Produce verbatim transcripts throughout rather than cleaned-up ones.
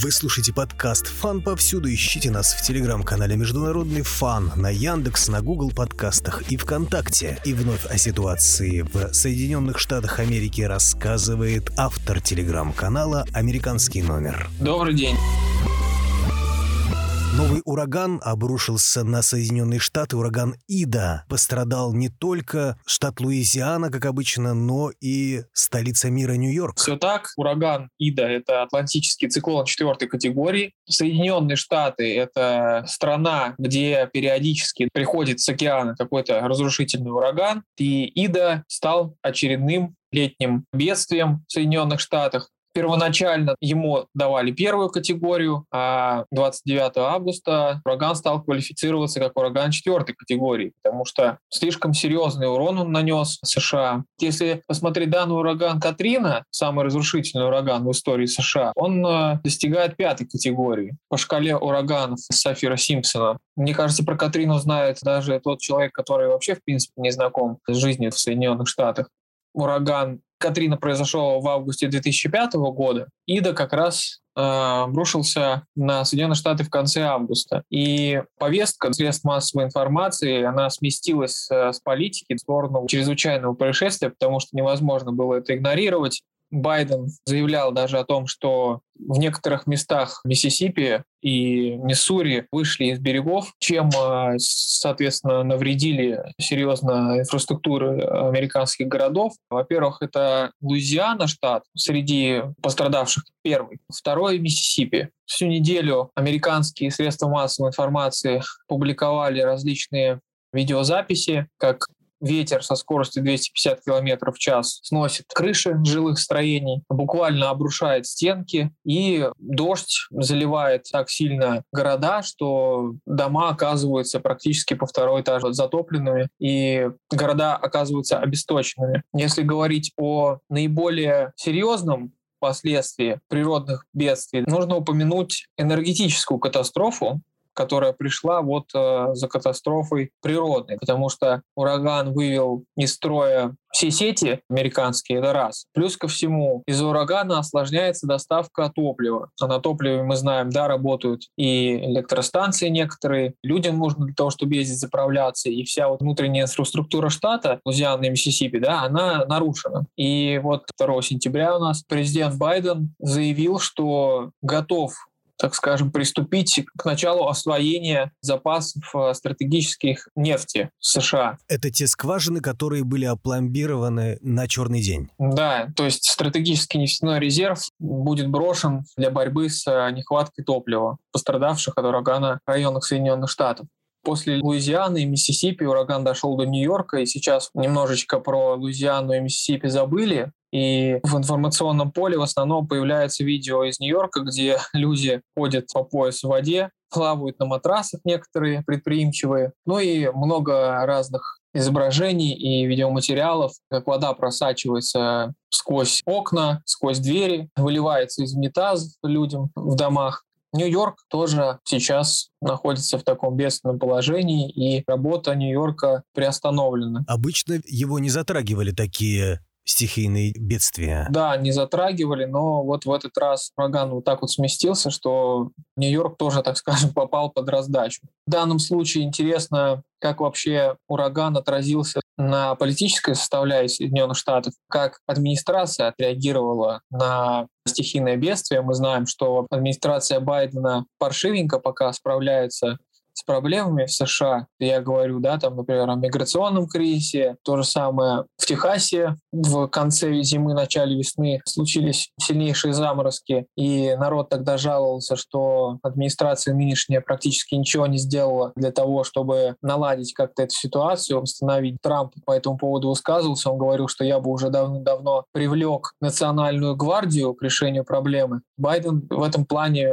Вы слушаете подкаст «Фан повсюду». Ищите нас в телеграм-канале «Международный фан», на Яндекс, на Google подкастах и ВКонтакте. И вновь о ситуации в Соединенных Штатах Америки рассказывает автор телеграм-канала «Американский номер». Добрый день. Новый ураган обрушился на Соединенные Штаты. Ураган Ида. Пострадал не только штат Луизиана, как обычно, но и столица мира Нью-Йорк. Все так. Ураган Ида — это атлантический циклон четвертой категории. Соединенные Штаты — это страна, где периодически приходит с океана какой-то разрушительный ураган. И Ида стал очередным летним бедствием в Соединенных Штатах. Первоначально ему давали первую категорию, а двадцать девятого августа ураган стал квалифицироваться как ураган четвертой категории, потому что слишком серьезный урон он нанес США. Если посмотреть данный ураган Катрина, самый разрушительный ураган в истории США, он достигает пятой категории по шкале ураганов Саффира-Симпсона. Мне кажется, про Катрину знает даже тот человек, который вообще в принципе не знаком с жизнью в Соединенных Штатах. Ураган Катрина произошел в августе две тысячи пятого года. Ида как раз э, обрушился на Соединенные Штаты в конце августа. И повестка средств массовой информации, она сместилась э, с политики в сторону чрезвычайного происшествия, потому что невозможно было это игнорировать. Байден заявлял даже о том, что в некоторых местах Миссисипи и Миссури вышли из берегов, чем, соответственно, навредили серьезно инфраструктуре американских городов. Во-первых, это Луизиана штат, среди пострадавших первый. Второй — Миссисипи. Всю неделю американские средства массовой информации публиковали различные видеозаписи, как ветер со скоростью двести пятьдесят километров в час сносит крыши жилых строений, буквально обрушает стенки, и дождь заливает так сильно города, что дома оказываются практически по второй этаж затопленными, и города оказываются обесточенными. Если говорить о наиболее серьезном последствии природных бедствий, нужно упомянуть энергетическую катастрофу, которая пришла вот э, за катастрофой природной, потому что ураган вывел из строя все сети американские, это раз. Плюс ко всему, из-за урагана осложняется доставка топлива. А на топливе, мы знаем, да, работают и электростанции некоторые. Людям нужно для того, чтобы ездить, заправляться, и вся вот внутренняя инфраструктура штата, Луизиана и Миссисипи, да, она нарушена. И вот второго сентября у нас президент Байден заявил, что готов, так скажем, приступить к началу освоения запасов стратегических нефти США. Это те скважины, которые были опломбированы на черный день. Да, то есть стратегический нефтяной резерв будет брошен для борьбы с нехваткой топлива в пострадавших от урагана районах Соединенных Штатов. После Луизианы и Миссисипи ураган дошел до Нью-Йорка, и сейчас немножечко про Луизиану и Миссисипи забыли. И в информационном поле в основном появляется видео из Нью-Йорка, где люди ходят по пояс в воде, плавают на матрасах некоторые предприимчивые, ну и много разных изображений и видеоматериалов, как вода просачивается сквозь окна, сквозь двери, выливается из унитазов людям в домах. Нью-Йорк тоже сейчас находится в таком бедственном положении, и работа Нью-Йорка приостановлена. Обычно его не затрагивали такие стихийные бедствия. Да, не затрагивали, но вот в этот раз ураган вот так вот сместился, что Нью-Йорк тоже, так скажем, попал под раздачу. В данном случае интересно, как вообще ураган отразился на политической составляющей Соединенных Штатов, как администрация отреагировала на стихийное бедствие. Мы знаем, что администрация Байдена паршивенько пока справляется с проблемами в США. Я говорю, да, там, например, о миграционном кризисе. То же самое в Техасе. В конце зимы, начале весны случились сильнейшие заморозки, и народ тогда жаловался, что администрация нынешняя практически ничего не сделала для того, чтобы наладить как-то эту ситуацию, восстановить. Трамп по этому поводу высказывался. Он говорил, что я бы уже давно-давно привлек национальную гвардию к решению проблемы. Байден в этом плане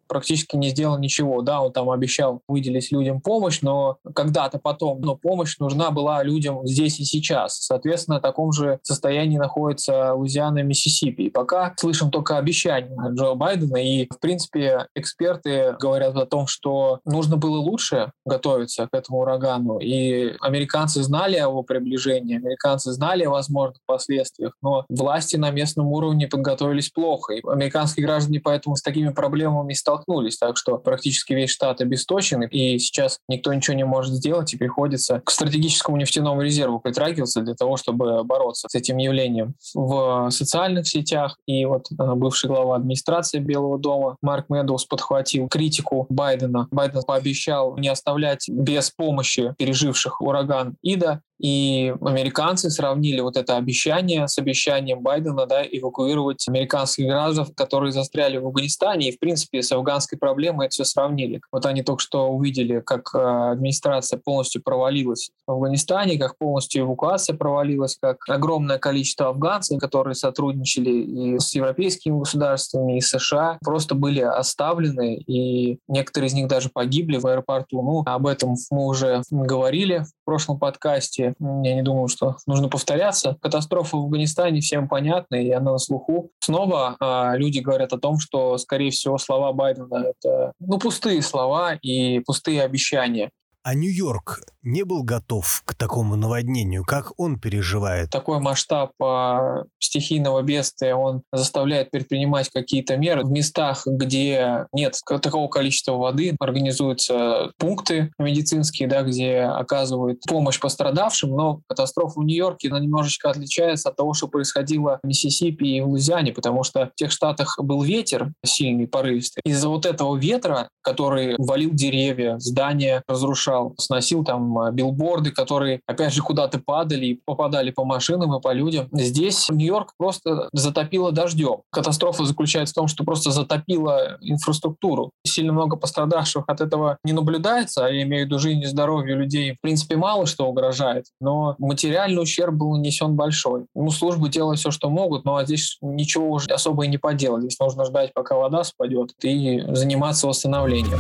практически не сделал ничего. Да, он там обещал выделить людям помощь, но когда-то потом, но помощь нужна была людям здесь и сейчас. Соответственно, в таком же состоянии находится Луизиана и Миссисипи. И пока слышим только обещания Джо Байдена, и, в принципе, эксперты говорят о том, что нужно было лучше готовиться к этому урагану, и американцы знали о его приближении, американцы знали о возможных последствиях, но власти на местном уровне подготовились плохо, и американские граждане поэтому с такими проблемами столкнулись, так что практически весь штат обесточен, и сейчас никто ничего не может сделать, и приходится к стратегическому нефтяному резерву притрагиваться для того, чтобы бороться с этим явлением. В социальных сетях и вот бывший глава администрации Белого дома Марк Медоуз подхватил критику Байдена. Байден пообещал не оставлять без помощи переживших ураган Ида, и американцы сравнили вот это обещание с обещанием Байдена, да, эвакуировать американских граждан, которые застряли в Афганистане, и, в принципе, с афганской проблемой это все сравнили. Вот они только что увидели, как администрация полностью провалилась в Афганистане, как полностью эвакуация провалилась, как огромное количество афганцев, которые сотрудничали и с европейскими государствами, и с США, просто были оставлены, и некоторые из них даже погибли в аэропорту. Ну, об этом мы уже говорили в прошлом подкасте. Я не думаю, что нужно повторяться. Катастрофа в Афганистане всем понятна, и она на слуху. Снова а, люди говорят о том, что, скорее всего, слова Байдена — это ну, пустые слова и пустые обещания. А Нью-Йорк не был готов к такому наводнению? Как он переживает? Такой масштаб а, стихийного бедствия, он заставляет предпринимать какие-то меры. В местах, где нет такого количества воды, организуются пункты медицинские, да, где оказывают помощь пострадавшим, но катастрофа в Нью-Йорке, она немножечко отличается от того, что происходило в Миссисипи и в Луизиане, потому что в тех штатах был ветер сильный, порывистый. Из-за вот этого ветра, который валил деревья, здания разрушал, сносил там билборды, которые, опять же, куда-то падали и попадали по машинам и по людям. Здесь Нью-Йорк просто затопило дождем. Катастрофа заключается в том, что просто затопило инфраструктуру. Сильно много пострадавших от этого не наблюдается, а я имею в виду жизнь и здоровье людей. В принципе, мало что угрожает, но материальный ущерб был нанесен большой. Ну, службы делают все, что могут, но здесь ничего уже особо и не поделать. Здесь нужно ждать, пока вода спадет, и заниматься восстановлением.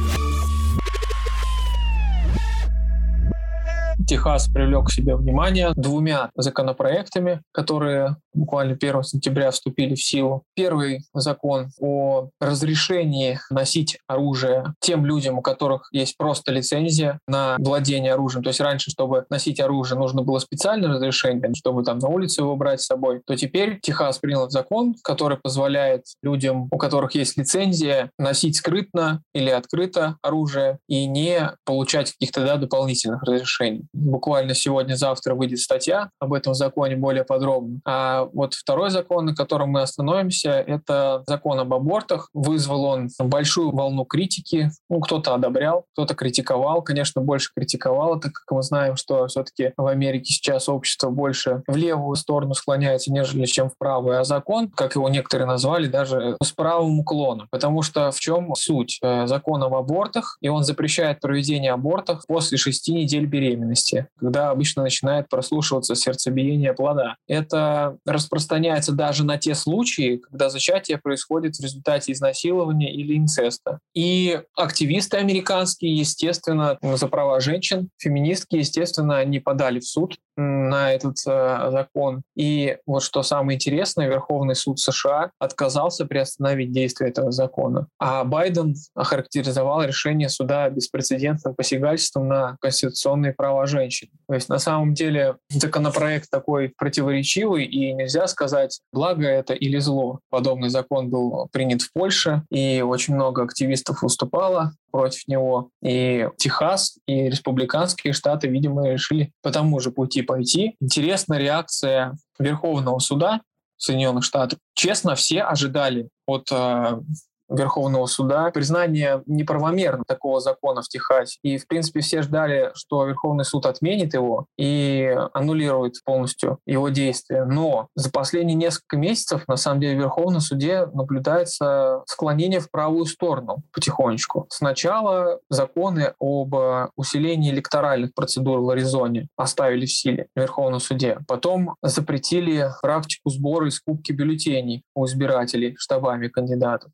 Техас привлек к себе внимание двумя законопроектами, которые буквально первого сентября вступили в силу. Первый закон о разрешении носить оружие тем людям, у которых есть просто лицензия на владение оружием. То есть раньше, чтобы носить оружие, нужно было специальное разрешение, чтобы там на улице его брать с собой. То теперь Техас принял закон, который позволяет людям, у которых есть лицензия, носить скрытно или открыто оружие и не получать каких-то да, дополнительных разрешений. Буквально сегодня-завтра выйдет статья об этом законе более подробно. А вот второй закон, на котором мы остановимся, это закон об абортах. Вызвал он большую волну критики. Ну, кто-то одобрял, кто-то критиковал. Конечно, больше критиковал, так как мы знаем, что все-таки в Америке сейчас общество больше в левую сторону склоняется, нежели чем в правую. А закон, как его некоторые назвали, даже с правым уклоном. Потому что в чем суть? Закон об абортах, и он запрещает проведение абортов после шести недель беременности, когда обычно начинает прослушиваться сердцебиение плода. Это распространяется даже на те случаи, когда зачатие происходит в результате изнасилования или инцеста. И активисты американские, естественно, за права женщин, феминистки, естественно, они подали в суд на этот э, закон. И вот что самое интересное, Верховный суд США отказался приостановить действие этого закона. А Байден охарактеризовал решение суда беспрецедентным посягательством на конституционные права женщин. То есть на самом деле законопроект такой противоречивый, и нельзя сказать, благо это или зло. Подобный закон был принят в Польше, и очень много активистов выступало против него. И Техас, и республиканские штаты, видимо, решили по тому же пути пойти. Интересна реакция Верховного суда Соединенных Штатов. Честно, все ожидали от э, Верховного суда признание неправомерно такого закона в Техасе. И, в принципе, все ждали, что Верховный суд отменит его и аннулирует полностью его действия. Но за последние несколько месяцев, на самом деле, в Верховном суде наблюдается склонение в правую сторону потихонечку. Сначала законы об усилении электоральных процедур в Аризоне оставили в силе в Верховном суде. Потом запретили практику сбора и скупки бюллетеней у избирателей штабами кандидатов. Затем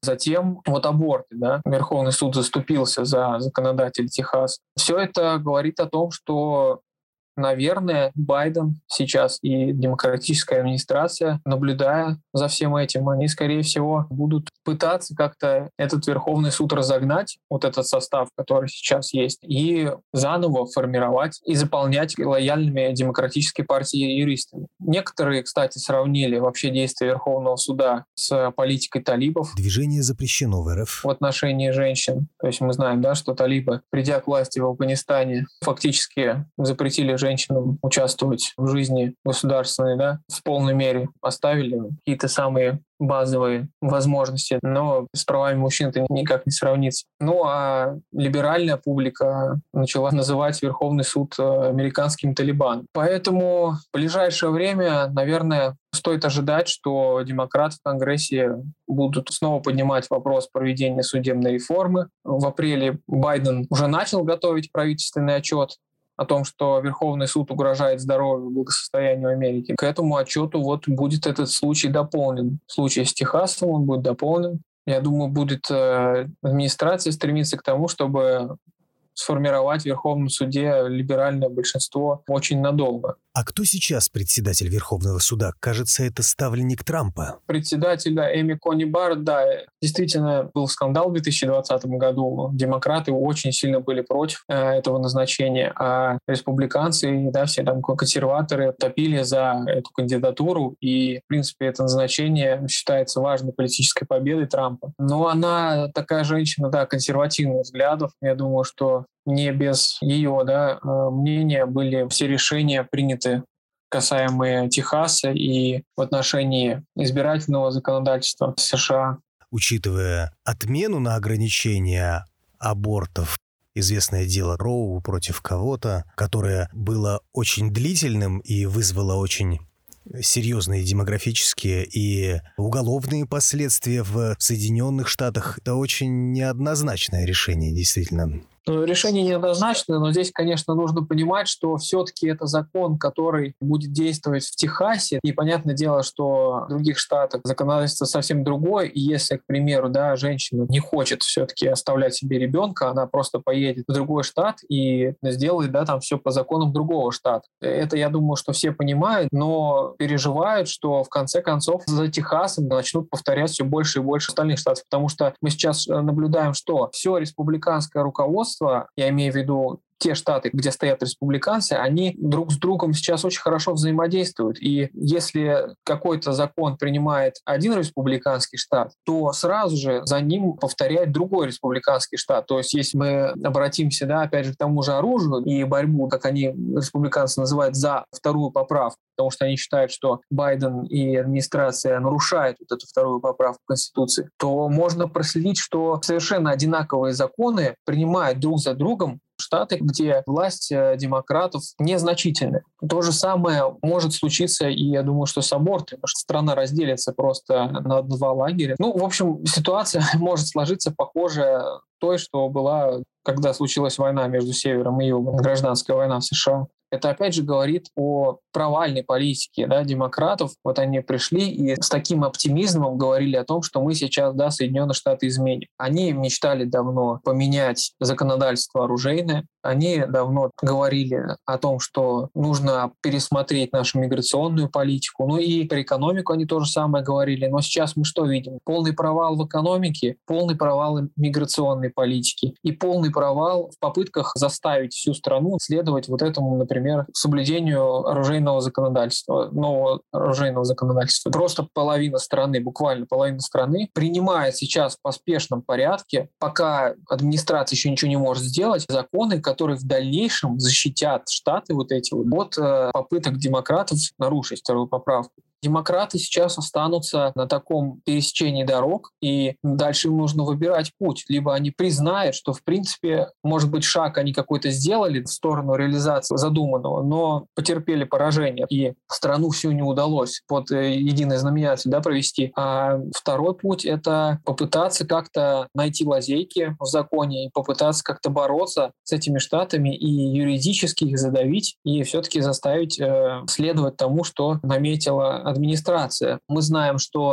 чем вот аборты. Да? Верховный суд заступился за законодателей Техаса. Все это говорит о том, что, наверное, Байден сейчас и демократическая администрация, наблюдая за всем этим, они, скорее всего, будут пытаться как-то этот Верховный суд разогнать, вот этот состав, который сейчас есть, и заново формировать и заполнять лояльными демократической партии юристами. Некоторые, кстати, сравнили вообще действия Верховного суда с политикой талибов. Движение запрещено в РФ. В отношении женщин. То есть мы знаем, да, что талибы, придя к власти в Афганистане, фактически запретили женщинам участвовать в жизни государственной, да, в полной мере. Оставили какие-то самые базовые возможности, но с правами мужчин это никак не сравнится. Ну а либеральная публика начала называть Верховный суд американским Талибаном. Поэтому в ближайшее время, наверное, стоит ожидать, что демократы в Конгрессе будут снова поднимать вопрос проведения судебной реформы. В апреле Байден уже начал готовить правительственный отчет о том, что Верховный суд угрожает здоровью и благосостоянию Америки. К этому отчету вот будет этот случай дополнен. В случае с Техасом он будет дополнен. Я думаю, будет э, администрация стремиться к тому, чтобы сформировать в Верховном суде либеральное большинство очень надолго. А кто сейчас председатель Верховного суда? Кажется, это ставленник Трампа. Председателя Эми Кони Барретт, да, действительно был скандал в две тысячи двадцатом году. Демократы очень сильно были против э, этого назначения, а республиканцы, да, все там консерваторы топили за эту кандидатуру, и, в принципе, это назначение считается важной политической победой Трампа. Но она такая женщина, да, консервативных взглядов. Я думаю, что не без ее, да, мнения были все решения приняты, касаемые Техаса и в отношении избирательного законодательства США. Учитывая отмену на ограничение абортов, известное дело Роу против кого-то, которое было очень длительным и вызвало очень серьезные демографические и уголовные последствия в Соединенных Штатах, это очень неоднозначное решение, действительно. Решение неоднозначное, но здесь, конечно, нужно понимать, что все-таки это закон, который будет действовать в Техасе. И понятное дело, что в других штатах законодательство совсем другое. И если, к примеру, да, женщина не хочет все-таки оставлять себе ребенка, она просто поедет в другой штат и сделает, да, там все по законам другого штата. Это, я думаю, что все понимают, но переживают, что в конце концов за Техасом начнут повторять все больше и больше остальных штатов. Потому что мы сейчас наблюдаем, что все республиканское руководство, я имею в виду те штаты, где стоят республиканцы, они друг с другом сейчас очень хорошо взаимодействуют. И если какой-то закон принимает один республиканский штат, то сразу же за ним повторяет другой республиканский штат. То есть если мы обратимся, да, опять же, к тому же оружию и борьбу, как они, республиканцы, называют, за вторую поправку, потому что они считают, что Байден и администрация нарушают вот эту вторую поправку Конституции, то можно проследить, что совершенно одинаковые законы принимают друг за другом штаты, где власть демократов незначительная. То же самое может случиться и, я думаю, что с абортами, потому что страна разделится просто на два лагеря. Ну, в общем, ситуация может сложиться похожая той, что была, когда случилась война между Севером и Югом, гражданская война в США. Это опять же говорит о провальной политике, да, демократов. Вот они пришли и с таким оптимизмом говорили о том, что мы сейчас, да, Соединенные Штаты изменим. Они мечтали давно поменять законодательство оружейное. Они давно говорили о том, что нужно пересмотреть нашу миграционную политику. Ну и про экономику они то же самое говорили. Но сейчас мы что видим? Полный провал в экономике, полный провал в миграционной политике и полный провал в попытках заставить всю страну следовать вот этому, например, соблюдению оружейного законодательства, нового оружейного законодательства. Просто половина страны, буквально половина страны принимает сейчас в поспешном порядке, пока администрация еще ничего не может сделать, законы, которые в дальнейшем защитят штаты вот эти вот от э, попыток демократов нарушить вторую поправку. Демократы сейчас останутся на таком пересечении дорог, и дальше им нужно выбирать путь. Либо они признают, что, в принципе, может быть, шаг они какой-то сделали в сторону реализации задуманного, но потерпели поражение, и страну всю не удалось под единый знаменатель, да, провести. А второй путь — это попытаться как-то найти лазейки в законе и попытаться как-то бороться с этими штатами и юридически их задавить, и все-таки заставить э, следовать тому, что наметила администрация. Мы знаем, что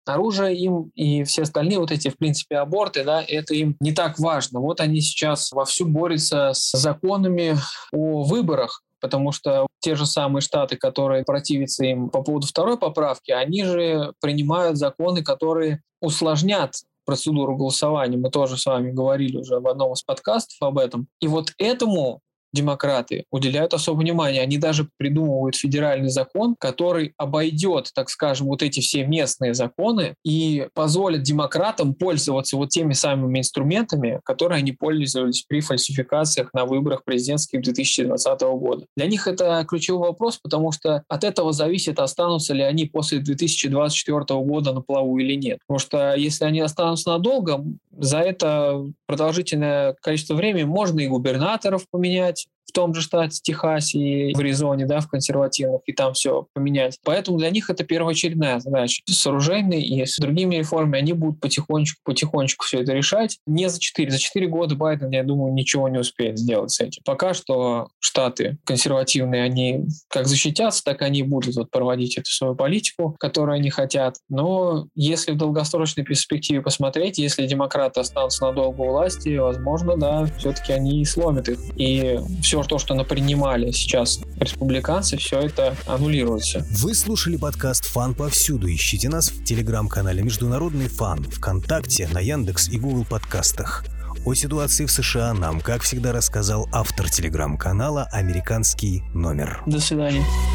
оружие им и все остальные вот эти, в принципе, аборты, да, это им не так важно. Вот они сейчас вовсю борются с законами о выборах, потому что те же самые штаты, которые противятся им по поводу второй поправки, они же принимают законы, которые усложнят процедуру голосования. Мы тоже с вами говорили уже в одном из подкастов об этом. И вот этому демократы уделяют особое внимание. Они даже придумывают федеральный закон, который обойдет, так скажем, вот эти все местные законы и позволит демократам пользоваться вот теми самыми инструментами, которые они пользовались при фальсификациях на выборах президентских две тысячи двадцатого года. Для них это ключевой вопрос, потому что от этого зависит, останутся ли они после две тысячи двадцать четвёртого года на плаву или нет. Потому что если они останутся надолго, за это продолжительное количество времени можно и губернаторов поменять в том же штате Техасе и в Аризоне, да, в консервативных, и там все поменять. Поэтому для них это первоочередная задача. С оружейной и с другими реформами они будут потихонечку-потихонечку все это решать. Не за четыре. За четыре года Байден, я думаю, ничего не успеет сделать с этим. Пока что штаты консервативные, они как защитятся, так они будут вот проводить эту свою политику, которую они хотят. Но если в долгосрочной перспективе посмотреть, если демократы останутся надолго у власти, возможно, да, все-таки они сломят их. И все то, что напринимали сейчас республиканцы, все это аннулируется. Вы слушали подкаст «Фан повсюду». Ищите нас в телеграм-канале «Международный фан», ВКонтакте, на Яндекс и Google подкастах. О ситуации в США нам, как всегда, рассказал автор телеграм-канала «Американский номер». До свидания.